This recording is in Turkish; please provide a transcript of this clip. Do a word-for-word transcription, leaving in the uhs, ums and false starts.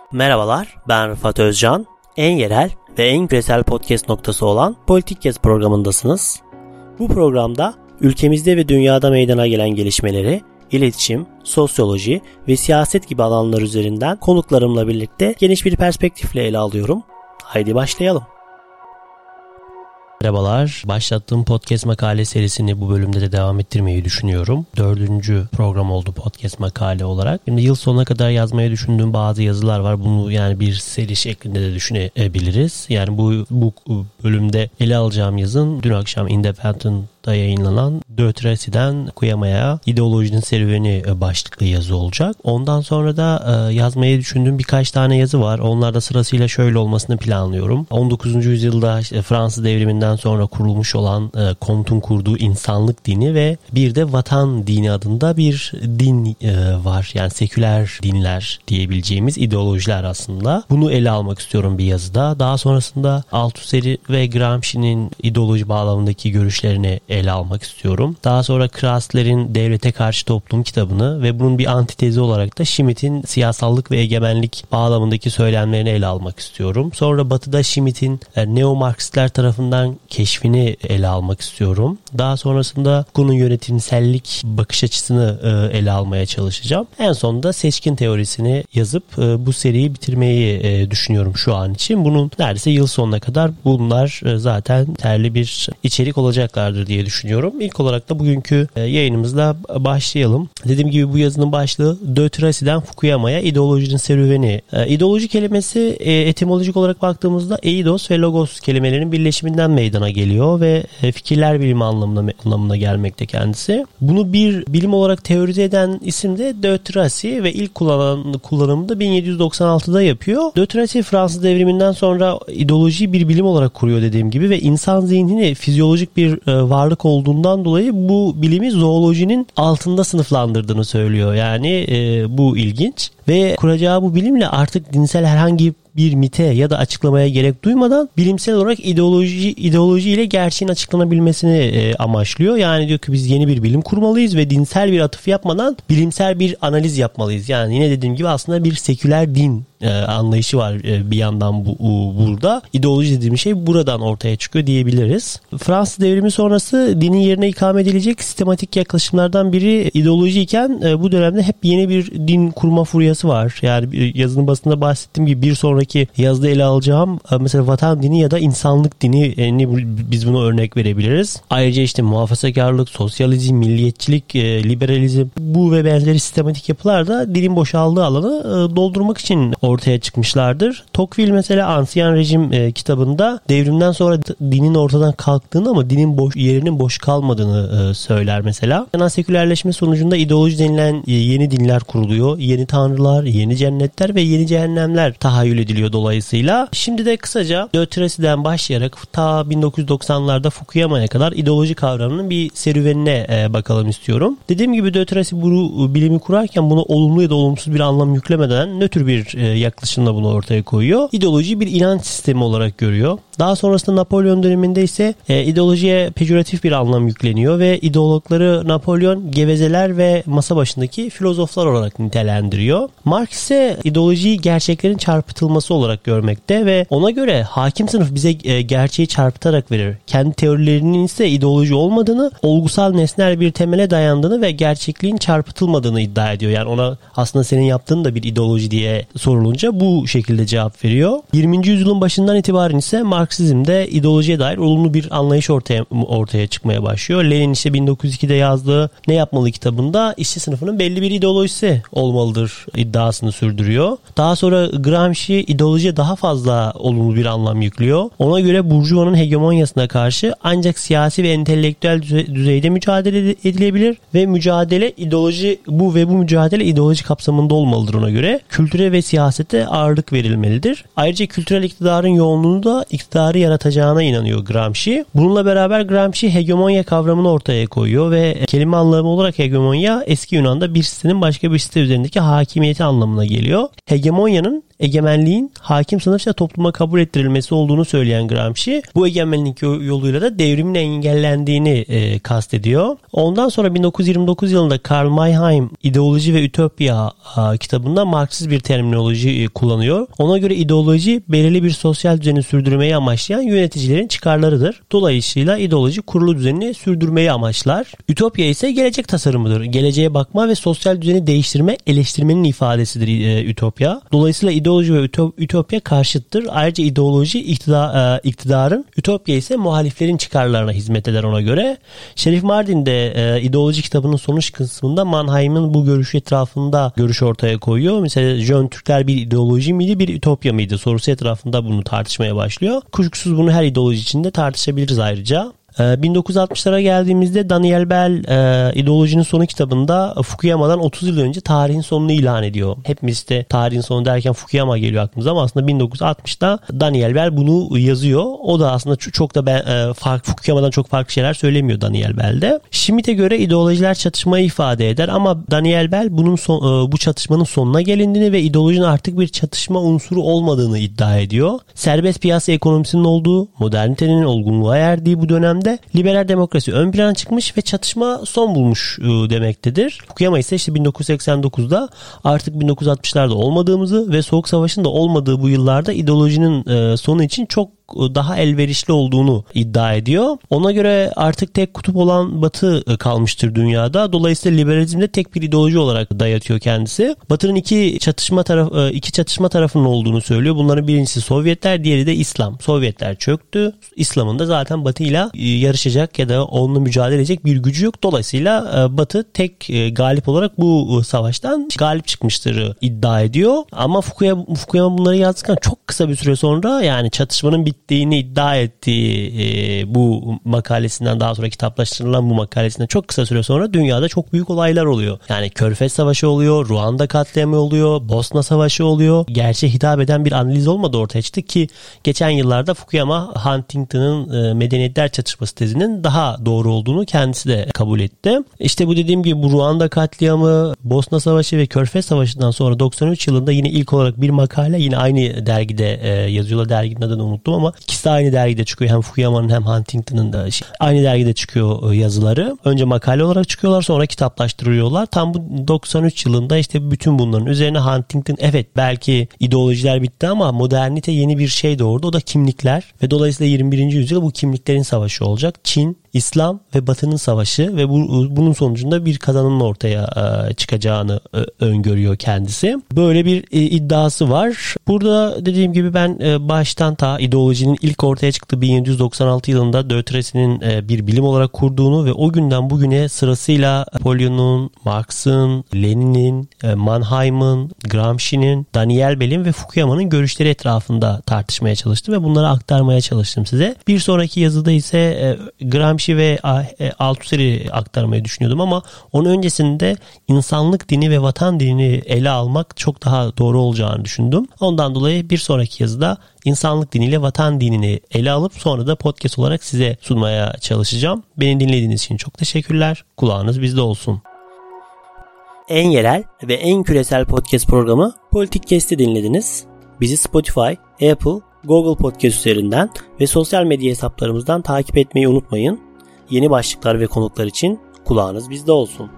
Merhabalar, ben Rıfat Özcan. En yerel ve en küresel podcast noktası olan Politikcast programındasınız. Bu programda ülkemizde ve dünyada meydana gelen gelişmeleri, iletişim, sosyoloji ve siyaset gibi alanlar üzerinden konuklarımla birlikte geniş bir perspektifle ele alıyorum. Haydi başlayalım. Merhabalar, başlattığım podcast makale serisini bu bölümde de devam ettirmeyi düşünüyorum. Dördüncü program oldu podcast makale olarak. Şimdi yıl sonuna kadar yazmayı düşündüğüm bazı yazılar var. Bunu yani bir seri şeklinde de düşünebiliriz. Yani bu, bu bölümde ele alacağım yazın dün akşam Independent'da yayınlanan De Tracy'den Fukuyama'ya ideolojinin serüveni başlıklı yazı olacak. Ondan sonra da yazmayı düşündüğüm birkaç tane yazı var. Onlar da sırasıyla şöyle olmasını planlıyorum. on dokuzuncu yüzyılda işte Fransız devriminden sonra kurulmuş olan Comte'un kurduğu insanlık dini ve bir de vatan dini adında bir din var. Yani seküler dinler diyebileceğimiz ideolojiler aslında. Bunu ele almak istiyorum bir yazıda. Daha sonrasında Althusser'i ve Gramsci'nin ideoloji bağlamındaki görüşlerini ele almak istiyorum. Daha sonra Krasler'in Devlete Karşı Toplum kitabını ve bunun bir antitezi olarak da Schmitt'in siyasallık ve egemenlik bağlamındaki söylemlerini ele almak istiyorum. Sonra Batı'da Schmitt'in neo-Marksistler tarafından keşfini ele almak istiyorum. Daha sonrasında bunun yönetimsellik bakış açısını ele almaya çalışacağım. En sonunda seçkin teorisini yazıp bu seriyi bitirmeyi düşünüyorum şu an için. Bunun neredeyse yıl sonuna kadar bunlar zaten yeterli bir içerik olacaklardır diye düşünüyorum. İlk olarak da bugünkü yayınımızla başlayalım. Dediğim gibi bu yazının başlığı De Tracy'den Fukuyama'ya ideolojinin serüveni. İdeoloji kelimesi etimolojik olarak baktığımızda eidos ve logos kelimelerinin birleşiminden meydana geliyor ve fikirler bilimi anlamına, anlamına gelmekte kendisi. Bunu bir bilim olarak teorize eden isim de De Tracy ve ilk kullanan, kullanımı da bin yedi yüz doksan altıda yapıyor. De Tracy Fransız devriminden sonra ideolojiyi bir bilim olarak kuruyor dediğim gibi ve insan zihnini fizyolojik bir varlık olduğundan dolayı bu bilimi zoolojinin altında sınıflandırdığını söylüyor. Yani e, bu ilginç ve kuracağı bu bilimle artık dinsel herhangi bir mite ya da açıklamaya gerek duymadan bilimsel olarak ideoloji ideoloji ile gerçeğin açıklanabilmesini e, amaçlıyor. Yani diyor ki biz yeni bir bilim kurmalıyız ve dinsel bir atıf yapmadan bilimsel bir analiz yapmalıyız. Yani yine dediğim gibi aslında bir seküler din e, anlayışı var e, bir yandan bu u, burada. İdeoloji dediğim şey buradan ortaya çıkıyor diyebiliriz. Fransız devrimi sonrası dinin yerine ikame edilecek sistematik yaklaşımlardan biri ideoloji iken e, bu dönemde hep yeni bir din kurma furyası var. Yani yazının basında bahsettiğim gibi bir sonraki ki yazıda ele alacağım mesela vatan dini ya da insanlık dini biz buna örnek verebiliriz. Ayrıca işte muhafazakarlık, sosyalizm, milliyetçilik, liberalizm bu ve benzeri sistematik yapılar da dinin boşaldığı alanı doldurmak için ortaya çıkmışlardır. Tocqueville mesela Ancien Rejim kitabında devrimden sonra dinin ortadan kalktığını ama dinin boş, yerinin boş kalmadığını söyler mesela. Yani sekülerleşme sonucunda ideoloji denilen yeni dinler kuruluyor. Yeni tanrılar, yeni cennetler ve yeni cehennemler tahayyül ediliyor dolayısıyla. Şimdi de kısaca De Tracy'den başlayarak ta bin dokuz yüz doksanlarda Fukuyama'ya kadar ideoloji kavramının bir serüvenine e, bakalım istiyorum. Dediğim gibi De Tracy bu bilimi kurarken bunu olumlu ya da olumsuz bir anlam yüklemeden nötr bir e, yaklaşımla bunu ortaya koyuyor. İdeolojiyi bir inanç sistemi olarak görüyor. Daha sonrasında Napolyon döneminde ise e, ideolojiye pejoratif bir anlam yükleniyor ve ideologları Napolyon gevezeler ve masa başındaki filozoflar olarak nitelendiriyor. Marx ise ideolojiyi gerçeklerin çarpıtılması olarak görmekte ve ona göre hakim sınıf bize e, gerçeği çarpıtarak verir. Kendi teorilerinin ise ideoloji olmadığını, olgusal nesnel bir temele dayandığını ve gerçekliğin çarpıtılmadığını iddia ediyor. Yani ona aslında senin yaptığın da bir ideoloji diye sorulunca bu şekilde cevap veriyor. yirminci yüzyılın başından itibaren ise Marksizm'de ideolojiye dair olumlu bir anlayış ortaya ortaya çıkmaya başlıyor. Lenin işte bin dokuz yüz ikide yazdığı Ne Yapmalı kitabında işçi sınıfının belli bir ideolojisi olmalıdır iddiasını sürdürüyor. Daha sonra Gramsci ideolojiye daha fazla olumlu bir anlam yüklüyor. Ona göre burjuvanın hegemonyasına karşı ancak siyasi ve entelektüel düzeyde mücadele edilebilir ve mücadele ideoloji bu ve bu mücadele ideoloji kapsamında olmalıdır ona göre. Kültüre ve siyasete ağırlık verilmelidir. Ayrıca kültürel iktidarın yoğunluğunu da iktidar iktidarı yaratacağına inanıyor Gramsci. Bununla beraber Gramsci hegemonya kavramını ortaya koyuyor ve kelime anlamı olarak hegemonya eski Yunan'da bir sitenin başka bir site üzerindeki hakimiyeti anlamına geliyor. Hegemonyanın egemenliğin hakim sınıf ve topluma kabul ettirilmesi olduğunu söyleyen Gramsci, bu egemenlik yoluyla da devrimin engellendiğini e, kastediyor. Ondan sonra bin dokuz yüz yirmi dokuz yılında Karl Mayheim İdeoloji ve Ütopya a, kitabında Marksist bir terminoloji e, kullanıyor. Ona göre ideoloji belirli bir sosyal düzeni sürdürmeyi amaçlayan yöneticilerin çıkarlarıdır. Dolayısıyla ideoloji kurulu düzenini sürdürmeyi amaçlar. Ütopya ise gelecek tasarımıdır. Geleceğe bakma ve sosyal düzeni değiştirme, eleştirmenin ifadesidir e, Ütopya. Dolayısıyla ideoloji ve ütopya karşıttır. Ayrıca ideoloji iktidar, e, iktidarın, ütopya ise muhaliflerin çıkarlarına hizmet eder ona göre. Şerif Mardin de e, ideoloji kitabının sonuç kısmında Mannheim'in bu görüşü etrafında görüş ortaya koyuyor. Mesela Jön Türkler bir ideoloji miydi, bir ütopya mıydı sorusu etrafında bunu tartışmaya başlıyor. Kuşkusuz bunu her ideoloji içinde tartışabiliriz ayrıca. bin dokuz yüz altmışlara geldiğimizde Daniel Bell e, İdeolojinin Sonu kitabında Fukuyama'dan otuz yıl önce tarihin sonunu ilan ediyor. Hepimiz de tarihin sonu derken Fukuyama geliyor aklımıza ama aslında bin dokuz yüz altmışta Daniel Bell bunu yazıyor. O da aslında çok da ben, e, farklı, Fukuyama'dan çok farklı şeyler söylemiyor Daniel Bell'de. Schmitt'e göre ideolojiler çatışmayı ifade eder ama Daniel Bell bunun son, e, bu çatışmanın sonuna gelindiğini ve ideolojinin artık bir çatışma unsuru olmadığını iddia ediyor. Serbest piyasa ekonomisinin olduğu, modernitenin olgunluğa erdiği bu dönemde liberal demokrasi ön plana çıkmış ve çatışma son bulmuş demektedir. Fukuyama ise işte bin dokuz yüz seksen dokuzda artık bin dokuz yüz altmışlarda olmadığımızı ve Soğuk Savaş'ın da olmadığı bu yıllarda ideolojinin sonu için çok daha elverişli olduğunu iddia ediyor. Ona göre artık tek kutup olan Batı kalmıştır dünyada. Dolayısıyla liberalizmde tek bir ideoloji olarak dayatıyor kendisi. Batı'nın iki çatışma taraf iki çatışma tarafının olduğunu söylüyor. Bunların birincisi Sovyetler, diğeri de İslam. Sovyetler çöktü. İslam'ın da zaten Batı'yla yarışacak ya da onunla mücadele edecek bir gücü yok. Dolayısıyla Batı tek galip olarak bu savaştan galip çıkmıştır iddia ediyor. Ama Fukuyama, Fukuyama bunları yazdıktan çok kısa bir süre sonra, yani çatışmanın bir bittiğini iddia ettiği e, bu makalesinden, daha sonra kitaplaştırılan bu makalesinden çok kısa süre sonra dünyada çok büyük olaylar oluyor. Yani Körfez Savaşı oluyor, Ruanda katliamı oluyor, Bosna Savaşı oluyor. Gerçeğe hitap eden bir analiz olmadı ortaya çıktı ki geçen yıllarda Fukuyama Huntington'ın e, medeniyetler çatışması tezinin daha doğru olduğunu kendisi de kabul etti. İşte bu dediğim gibi bu Ruanda katliamı, Bosna Savaşı ve Körfez Savaşı'ndan sonra doksan üç yılında yine ilk olarak bir makale yine aynı dergide e, yazıyorlar. Derginin adını unuttum ama İkisi de aynı dergide çıkıyor. Hem Fukuyama'nın hem Huntington'ın da aynı dergide çıkıyor yazıları. Önce makale olarak çıkıyorlar, sonra kitaplaştırıyorlar. Tam bu doksan üç yılında işte bütün bunların üzerine Huntington, evet belki ideolojiler bitti ama modernite yeni bir şey doğurdu. O da kimlikler ve dolayısıyla yirmi birinci yüzyılda bu kimliklerin savaşı olacak. Çin, İslam ve Batı'nın savaşı ve bu, bunun sonucunda bir kazanımın ortaya e, çıkacağını e, öngörüyor kendisi. Böyle bir e, iddiası var. Burada dediğim gibi ben e, baştan ta ideolojinin ilk ortaya çıktığı bin yedi yüz doksan altı yılında De Tracy'nin e, bir bilim olarak kurduğunu ve o günden bugüne sırasıyla Napoleon'un, Marx'ın, Lenin'in, e, Mannheim'ın, Gramsci'nin, Daniel Bell'in ve Fukuyama'nın görüşleri etrafında tartışmaya çalıştım ve bunları aktarmaya çalıştım size. Bir sonraki yazıda ise e, Gramsci ve Althusser'i aktarmayı düşünüyordum ama onun öncesinde insanlık dini ve vatan dinini ele almak çok daha doğru olacağını düşündüm. Ondan dolayı bir sonraki yazıda insanlık diniyle vatan dinini ele alıp sonra da podcast olarak size sunmaya çalışacağım. Beni dinlediğiniz için çok teşekkürler. Kulağınız bizde olsun. En yerel ve en küresel podcast programı Politikcast'i dinlediniz. Bizi Spotify, Apple, Google Podcast üzerinden ve sosyal medya hesaplarımızdan takip etmeyi unutmayın. Yeni başlıklar ve konuklar için kulağınız bizde olsun.